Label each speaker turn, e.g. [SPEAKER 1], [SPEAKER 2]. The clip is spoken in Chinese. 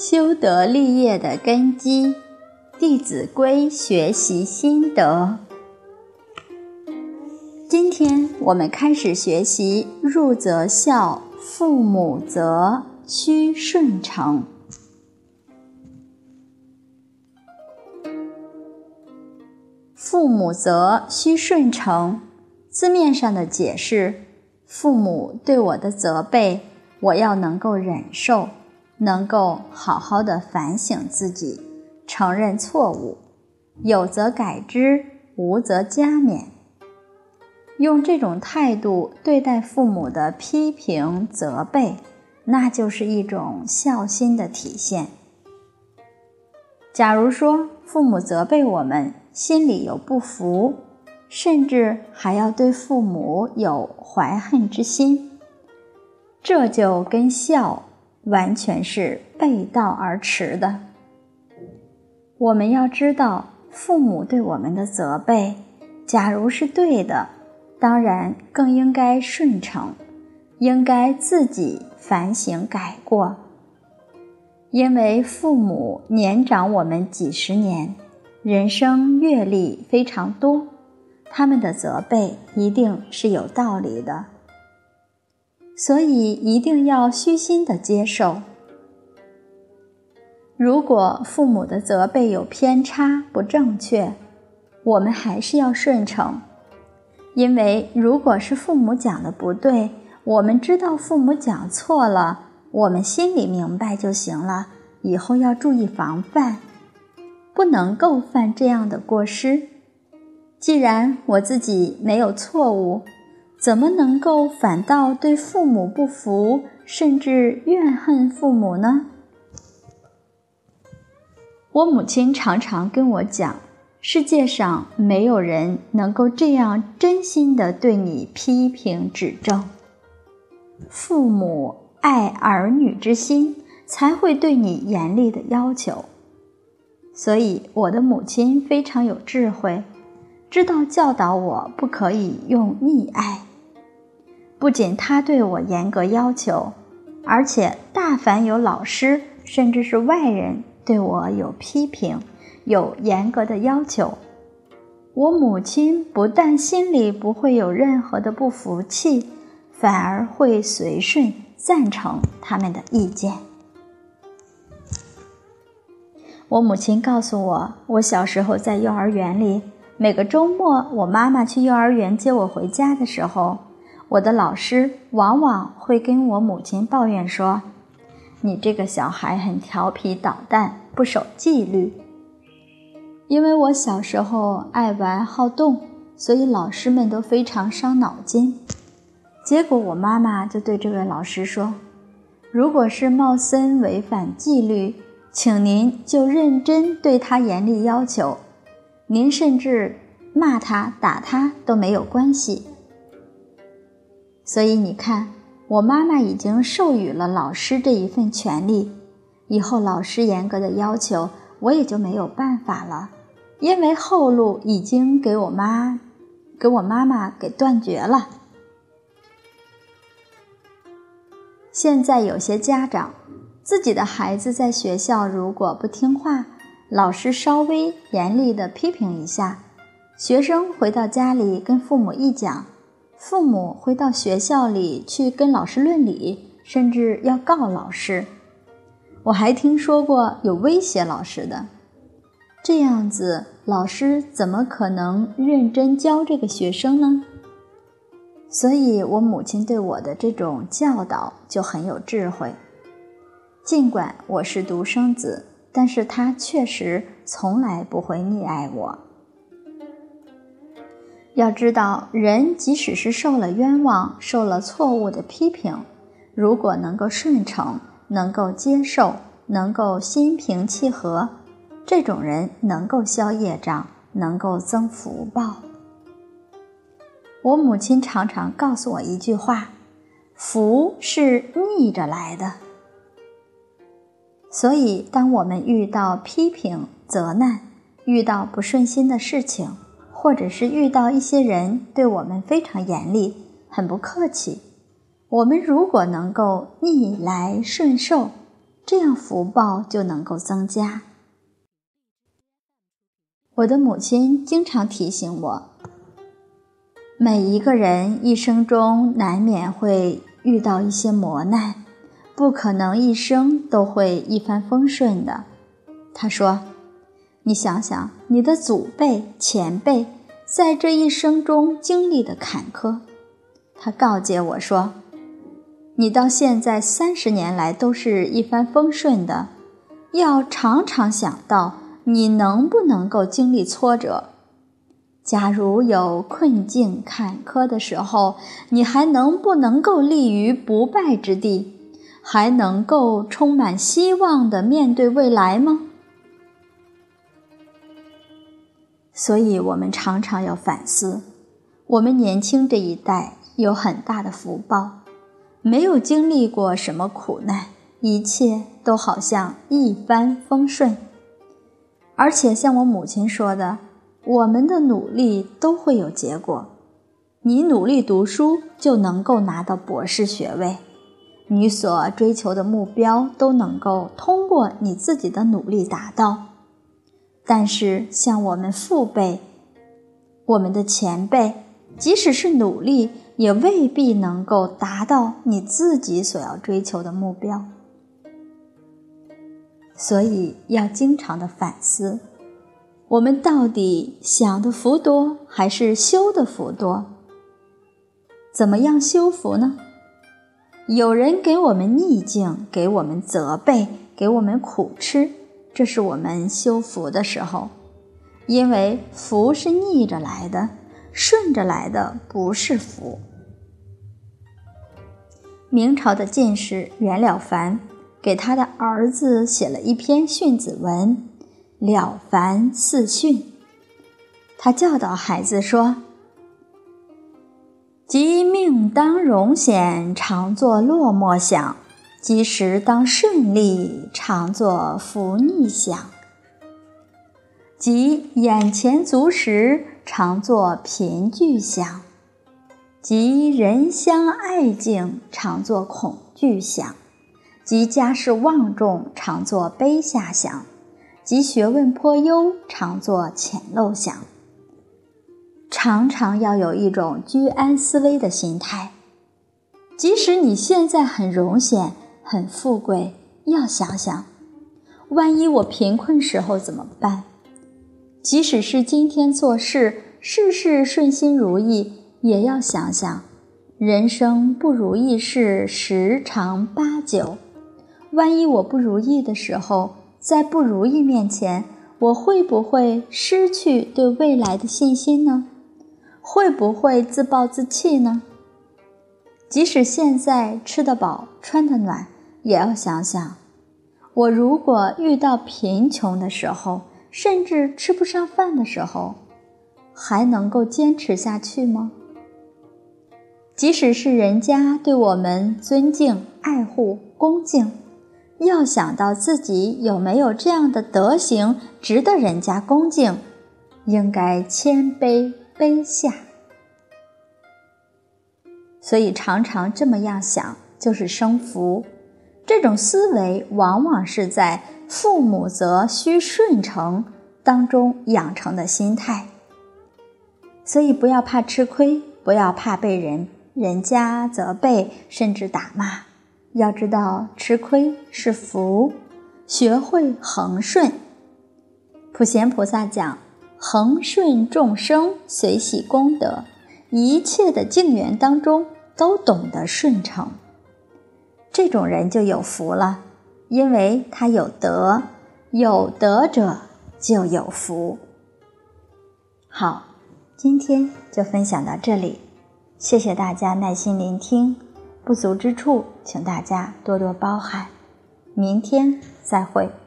[SPEAKER 1] 修德立业的根基，《弟子规》学习心得。今天我们开始学习入则孝，父母责，须顺承。父母责，须顺承，字面上的解释，父母对我的责备，我要能够忍受，能够好好的反省自己，承认错误，有则改之，无则加勉。用这种态度对待父母的批评责备，那就是一种孝心的体现。假如说父母责备我们，心里有不服，甚至还要对父母有怀恨之心，这就跟孝完全是背道而驰的。我们要知道，父母对我们的责备，假如是对的，当然更应该顺承，应该自己反省改过。因为父母年长我们几十年，人生阅历非常多，他们的责备一定是有道理的，所以一定要虚心地接受。如果父母的责备有偏差不正确，我们还是要顺承。因为如果是父母讲的不对，我们知道父母讲错了，我们心里明白就行了，以后要注意防范，不能够犯这样的过失。既然我自己没有错误，怎么能够反倒对父母不服，甚至怨恨父母呢？我母亲常常跟我讲，世界上没有人能够这样真心地对你批评指正。父母爱儿女之心，才会对你严厉的要求。所以我的母亲非常有智慧，知道教导我不可以用溺爱。不仅她对我严格要求，而且大凡有老师甚至是外人对我有批评，有严格的要求，我母亲不但心里不会有任何的不服气，反而会随顺赞成他们的意见。我母亲告诉我，我小时候在幼儿园里，每个周末我妈妈去幼儿园接我回家的时候，我的老师往往会跟我母亲抱怨说，你这个小孩很调皮捣蛋，不守纪律。因为我小时候爱玩好动，所以老师们都非常伤脑筋。结果我妈妈就对这位老师说，如果是茂森违反纪律，请您就认真对他严厉要求，您甚至骂他打他都没有关系。所以你看，我妈妈已经授予了老师这一份权利，以后老师严格的要求，我也就没有办法了，因为后路已经给我妈妈给断绝了。现在有些家长，自己的孩子在学校如果不听话，老师稍微严厉地批评一下，学生回到家里跟父母一讲，父母会到学校里去跟老师论理，甚至要告老师。我还听说过有威胁老师的。这样子，老师怎么可能认真教这个学生呢？所以我母亲对我的这种教导就很有智慧。尽管我是独生子，但是她确实从来不会溺爱我。要知道，人即使是受了冤枉，受了错误的批评，如果能够顺承，能够接受，能够心平气和，这种人能够消业障，能够增福报。我母亲常常告诉我一句话，福是逆着来的。所以当我们遇到批评、责难，遇到不顺心的事情，或者是遇到一些人对我们非常严厉，很不客气，我们如果能够逆来顺受， 这样福报就能够增加。我的母亲经常提醒我，每一个人一生中难免会遇到一些磨难，不可能一生都会一帆风顺的。她说，你想想你的祖辈前辈在这一生中经历的坎坷。她告诫我说，你到现在30年来都是一帆风顺的，要常常想到你能不能够经历挫折。假如有困境坎坷的时候，你还能不能够立于不败之地，还能够充满希望地面对未来吗？所以我们常常要反思，我们年轻这一代有很大的福报，没有经历过什么苦难，一切都好像一帆风顺。而且像我母亲说的，我们的努力都会有结果。你努力读书就能够拿到博士学位，你所追求的目标都能够通过你自己的努力达到。但是像我们父辈，我们的前辈，即使是努力，也未必能够达到你自己所要追求的目标。所以要经常的反思，我们到底想的福多还是修的福多？怎么样修福呢？有人给我们逆境，给我们责备，给我们苦吃，这是我们修福的时候。因为福是逆着来的，顺着来的不是福。明朝的进士袁了凡给他的儿子写了一篇训子文，了凡四训。他教导孩子说，即命当荣显，常作落寞想；即时当顺利，常作福逆想；即眼前足食，常作贫惧想；即人相爱敬，常作恐惧想；即家事望重，常作卑下想；即学问颇优，常作浅陋想。常常要有一种居安思危的心态，即使你现在很荣显很富贵，要想想万一我贫困时候怎么办？即使是今天做事事事顺心如意，也要想想人生不如意事十常八九，万一我不如意的时候，在不如意面前，我会不会失去对未来的信心呢？会不会自暴自弃呢？即使现在吃得饱穿得暖，也要想想，我如果遇到贫穷的时候，甚至吃不上饭的时候，还能够坚持下去吗？即使是人家对我们尊敬、爱护、恭敬，要想到自己有没有这样的德行值得人家恭敬，应该谦卑卑下。所以常常这么样想就是生福。这种思维往往是在父母责须顺承当中养成的心态。所以不要怕吃亏，不要怕被人家责备甚至打骂，要知道吃亏是福，学会恒顺。普贤菩萨讲，恒顺众生，随喜功德，一切的境缘当中都懂得顺承，这种人就有福了，因为他有德，有德者就有福。好，今天就分享到这里，谢谢大家耐心聆听，不足之处请大家多多包涵，明天再会。